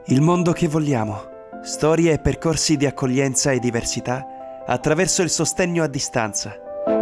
Il mondo che vogliamo. Storie e percorsi di accoglienza e diversità attraverso il sostegno a distanza.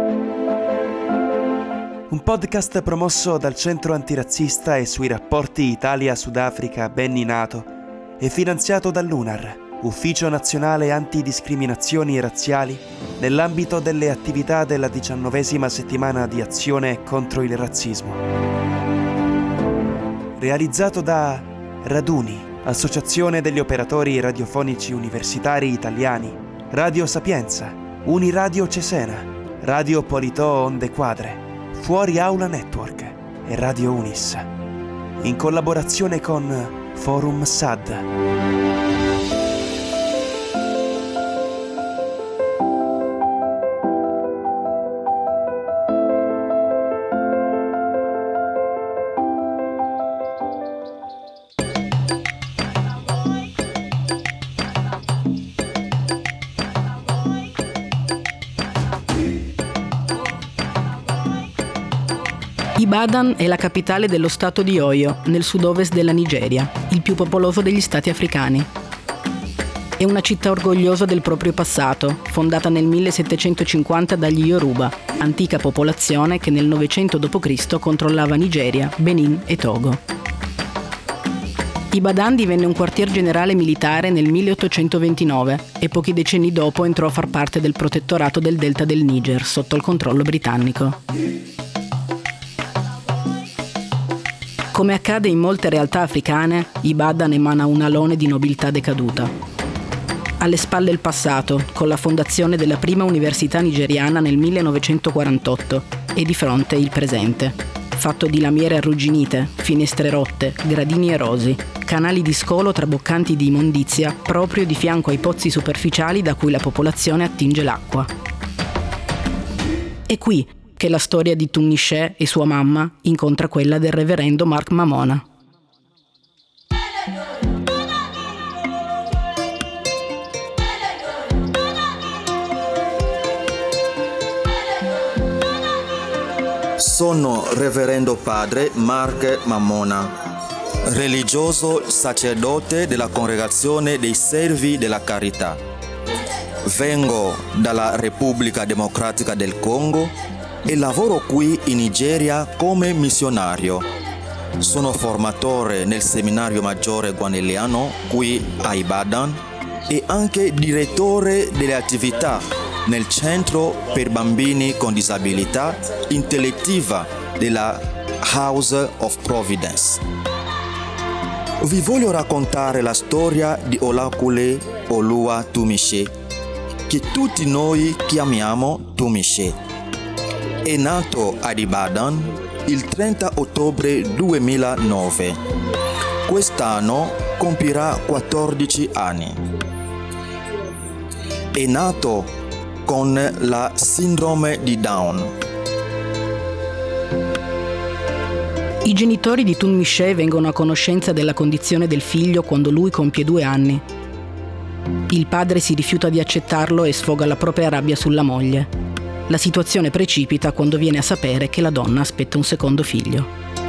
Un podcast promosso dal Centro Antirazzista e sui rapporti Italia-Sudafrica Benni Nato e finanziato dall'UNAR, Ufficio Nazionale Antidiscriminazioni Razziali, nell'ambito delle attività della 19ª settimana di azione contro il razzismo. Realizzato da Raduni, Associazione degli Operatori Radiofonici Universitari Italiani, Radio Sapienza, Uniradio Cesena, Radio Politò Onde Quadre, Fuori Aula Network e Radio Unis, in collaborazione con Forum SAD. Ibadan è la capitale dello stato di Oyo, nel sud-ovest della Nigeria, il più popoloso degli stati africani. È una città orgogliosa del proprio passato, fondata nel 1750 dagli Yoruba, antica popolazione che nel 900 d.C. controllava Nigeria, Benin e Togo. Ibadan divenne un quartier generale militare nel 1829 e pochi decenni dopo entrò a far parte del protettorato del delta del Niger, sotto il controllo britannico. Come accade in molte realtà africane, Ibadan emana un alone di nobiltà decaduta. Alle spalle il passato, con la fondazione della prima università nigeriana nel 1948, e di fronte il presente, fatto di lamiere arrugginite, finestre rotte, gradini erosi, canali di scolo traboccanti di immondizia proprio di fianco ai pozzi superficiali da cui la popolazione attinge l'acqua. È qui che la storia di Tunmishe e sua mamma incontra quella del reverendo Mark Mamona. Sono reverendo padre Mark Mamona, religioso sacerdote della congregazione dei servi della carità. Vengo dalla Repubblica Democratica del Congo e lavoro qui in Nigeria come missionario. Sono formatore nel seminario maggiore guaneliano qui a Ibadan e anche direttore delle attività nel Centro per Bambini con Disabilità Intellettiva della House of Providence. Vi voglio raccontare la storia di Olakule Olua Tunmishe, che tutti noi chiamiamo Tunmishe. È nato ad Ibadan il 30 ottobre 2009. Quest'anno compirà 14 anni. È nato con la sindrome di Down. I genitori di Tunmishe vengono a conoscenza della condizione del figlio quando lui compie 2 anni. Il padre si rifiuta di accettarlo e sfoga la propria rabbia sulla moglie. La situazione precipita quando viene a sapere che la donna aspetta un secondo figlio.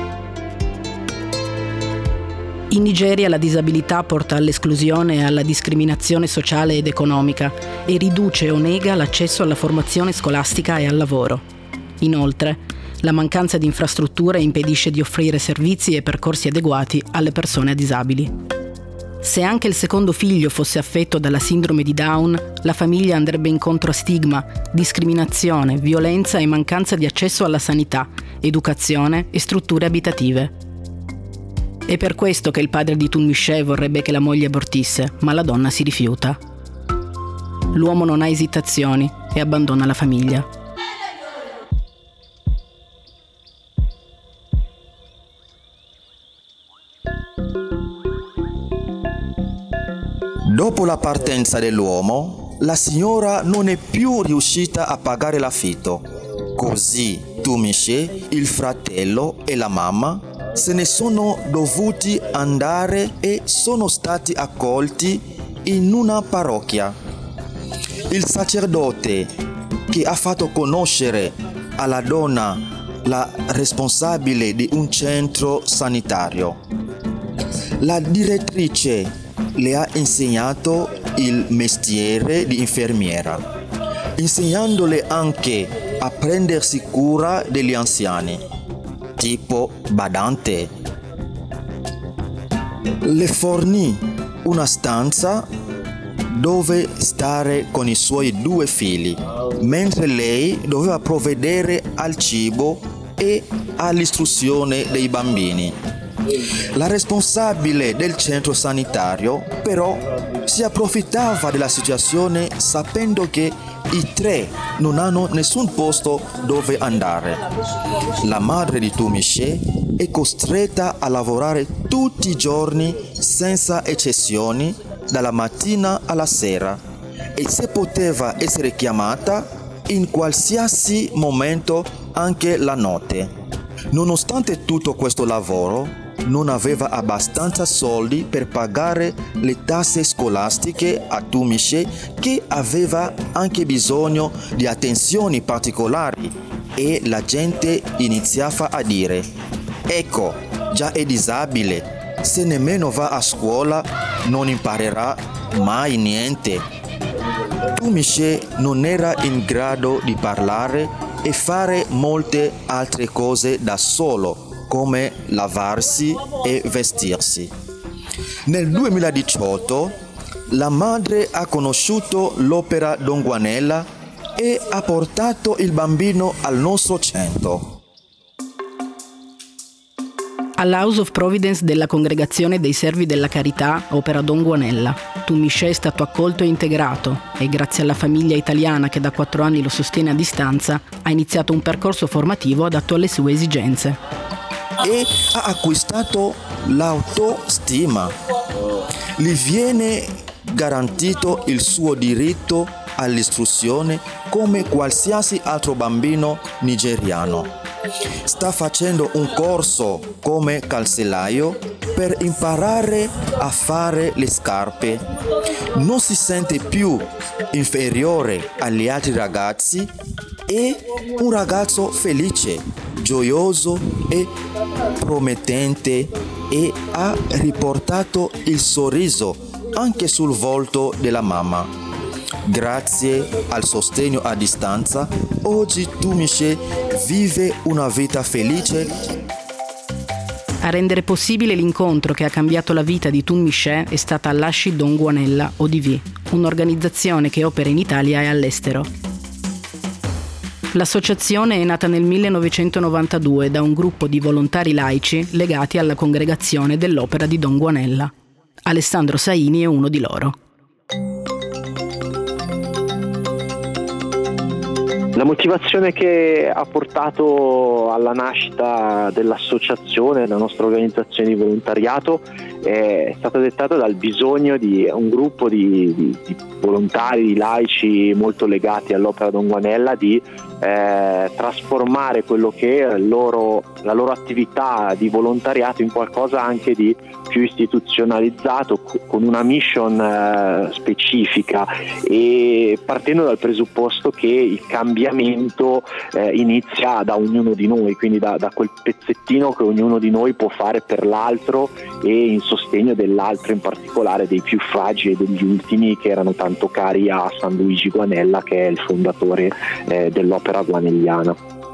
In Nigeria la disabilità porta all'esclusione e alla discriminazione sociale ed economica e riduce o nega l'accesso alla formazione scolastica e al lavoro. Inoltre, la mancanza di infrastrutture impedisce di offrire servizi e percorsi adeguati alle persone disabili. Se anche il secondo figlio fosse affetto dalla sindrome di Down, la famiglia andrebbe incontro a stigma, discriminazione, violenza e mancanza di accesso alla sanità, educazione e strutture abitative. È per questo che il padre di Tunmishe vorrebbe che la moglie abortisse, ma la donna si rifiuta. L'uomo non ha esitazioni e abbandona la famiglia. Dopo la partenza dell'uomo, la signora non è più riuscita a pagare l'affitto. Così Tunmishe, il fratello e la mamma se ne sono dovuti andare e sono stati accolti in una parrocchia. Il sacerdote che ha fatto conoscere alla donna la responsabile di un centro sanitario, la direttrice le ha insegnato il mestiere di infermiera, insegnandole anche a prendersi cura degli anziani, tipo badante. Le fornì una stanza dove stare con i suoi 2 figli, mentre lei doveva provvedere al cibo e all'istruzione dei bambini. La responsabile del centro sanitario, però, si approfittava della situazione sapendo che i 3 non hanno nessun posto dove andare. La madre di Tumiché è costretta a lavorare tutti i giorni senza eccezioni, dalla mattina alla sera, e se poteva essere chiamata in qualsiasi momento, anche la notte. Nonostante tutto questo lavoro, non aveva abbastanza soldi per pagare le tasse scolastiche a Tumiché, che aveva anche bisogno di attenzioni particolari, e la gente iniziava a dire: ecco, già è disabile, se nemmeno va a scuola non imparerà mai niente. Tumiché non era in grado di parlare e fare molte altre cose da solo, come lavarsi e vestirsi. Nel 2018 la madre ha conosciuto l'Opera Don Juanella e ha portato il bambino al nostro centro. All'House of Providence della Congregazione dei Servi della Carità Opera Don Juanella, Tumiché è stato accolto e integrato e, grazie alla famiglia italiana che da 4 anni lo sostiene a distanza, ha iniziato un percorso formativo adatto alle sue esigenze. E ha acquistato l'autostima. Gli viene garantito il suo diritto all'istruzione come qualsiasi altro bambino nigeriano. Sta facendo un corso come calzolaio per imparare a fare le scarpe. Non si sente più inferiore agli altri ragazzi, è un ragazzo felice, gioioso e promettente, e ha riportato il sorriso anche sul volto della mamma. Grazie al sostegno a distanza, oggi Tumiché vive una vita felice. A rendere possibile l'incontro che ha cambiato la vita di Tumiché è stata l'Asci Don Juanella ODV, un'organizzazione che opera in Italia e all'estero. L'associazione è nata nel 1992 da un gruppo di volontari laici legati alla congregazione dell'Opera di Don Juanella. Alessandro Saini è uno di loro. La motivazione che ha portato alla nascita dell'associazione, della nostra organizzazione di volontariato, è stata dettata dal bisogno di un gruppo di volontari, di laici molto legati all'Opera Don Juanella, di trasformare quello che è la loro attività di volontariato in qualcosa anche di più istituzionalizzato, con una mission specifica, e partendo dal presupposto che il cambiamento inizia da ognuno di noi, quindi da quel pezzettino che ognuno di noi può fare per l'altro e in sostegno dell'altro, in particolare dei più fragili e degli ultimi, che erano tanto cari a San Luigi Juanella, che è il fondatore dell'opera guanelliana.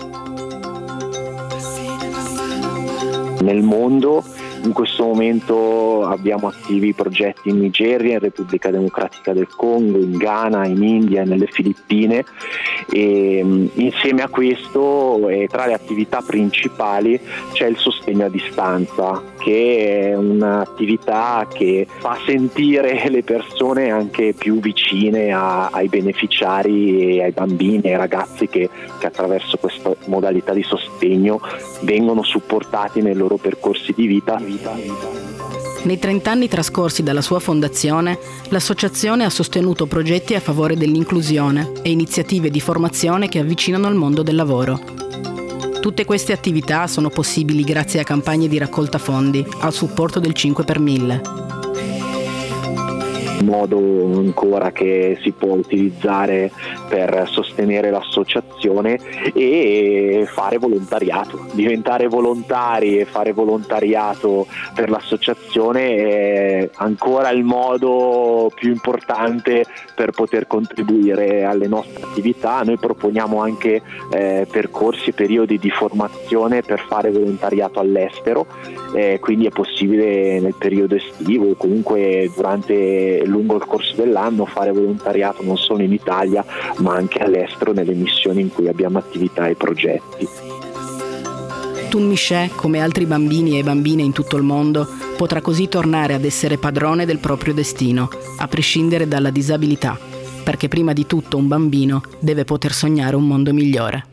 Nel mondo in questo momento abbiamo attivi progetti in Nigeria, in Repubblica Democratica del Congo, in Ghana, in India e nelle Filippine, e insieme a questo, tra le attività principali, c'è il sostegno a distanza, che è un'attività che fa sentire le persone anche più vicine ai beneficiari e ai bambini e ai ragazzi che attraverso questa modalità di sostegno vengono supportati nei loro percorsi di vita. Nei 30 anni trascorsi dalla sua fondazione, l'associazione ha sostenuto progetti a favore dell'inclusione e iniziative di formazione che avvicinano il mondo del lavoro. Tutte queste attività sono possibili grazie a campagne di raccolta fondi, al supporto del 5 per 1000. modo ancora che si può utilizzare per sostenere l'associazione, e fare volontariato, diventare volontari e fare volontariato per l'associazione è ancora il modo più importante per poter contribuire alle nostre attività. Noi proponiamo anche percorsi e periodi di formazione per fare volontariato all'estero, quindi è possibile nel periodo estivo o comunque lungo il corso dell'anno fare volontariato non solo in Italia ma anche all'estero nelle missioni in cui abbiamo attività e progetti. Tun Michè, come altri bambini e bambine in tutto il mondo, potrà così tornare ad essere padrone del proprio destino, a prescindere dalla disabilità, perché prima di tutto un bambino deve poter sognare un mondo migliore.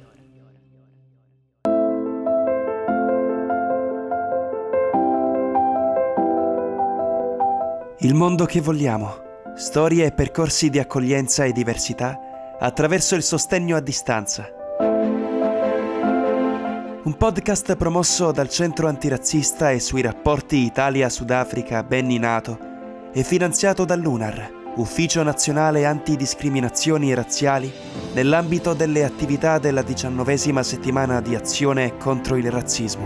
Il mondo che vogliamo. Storie e percorsi di accoglienza e diversità attraverso il sostegno a distanza. Un podcast promosso dal Centro Antirazzista e sui rapporti Italia-Sudafrica Benni Nato e finanziato dall'UNAR, Ufficio Nazionale Antidiscriminazioni Razziali, nell'ambito delle attività della 19ª settimana di azione contro il razzismo.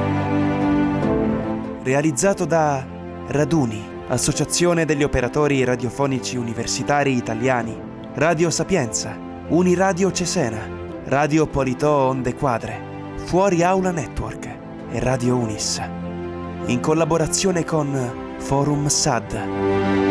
Realizzato da Raduni, Associazione degli Operatori Radiofonici Universitari Italiani, Radio Sapienza, Uniradio Cesena, Radio Politò Onde Quadre, Fuori Aula Network e Radio Unis, in collaborazione con Forum SAD.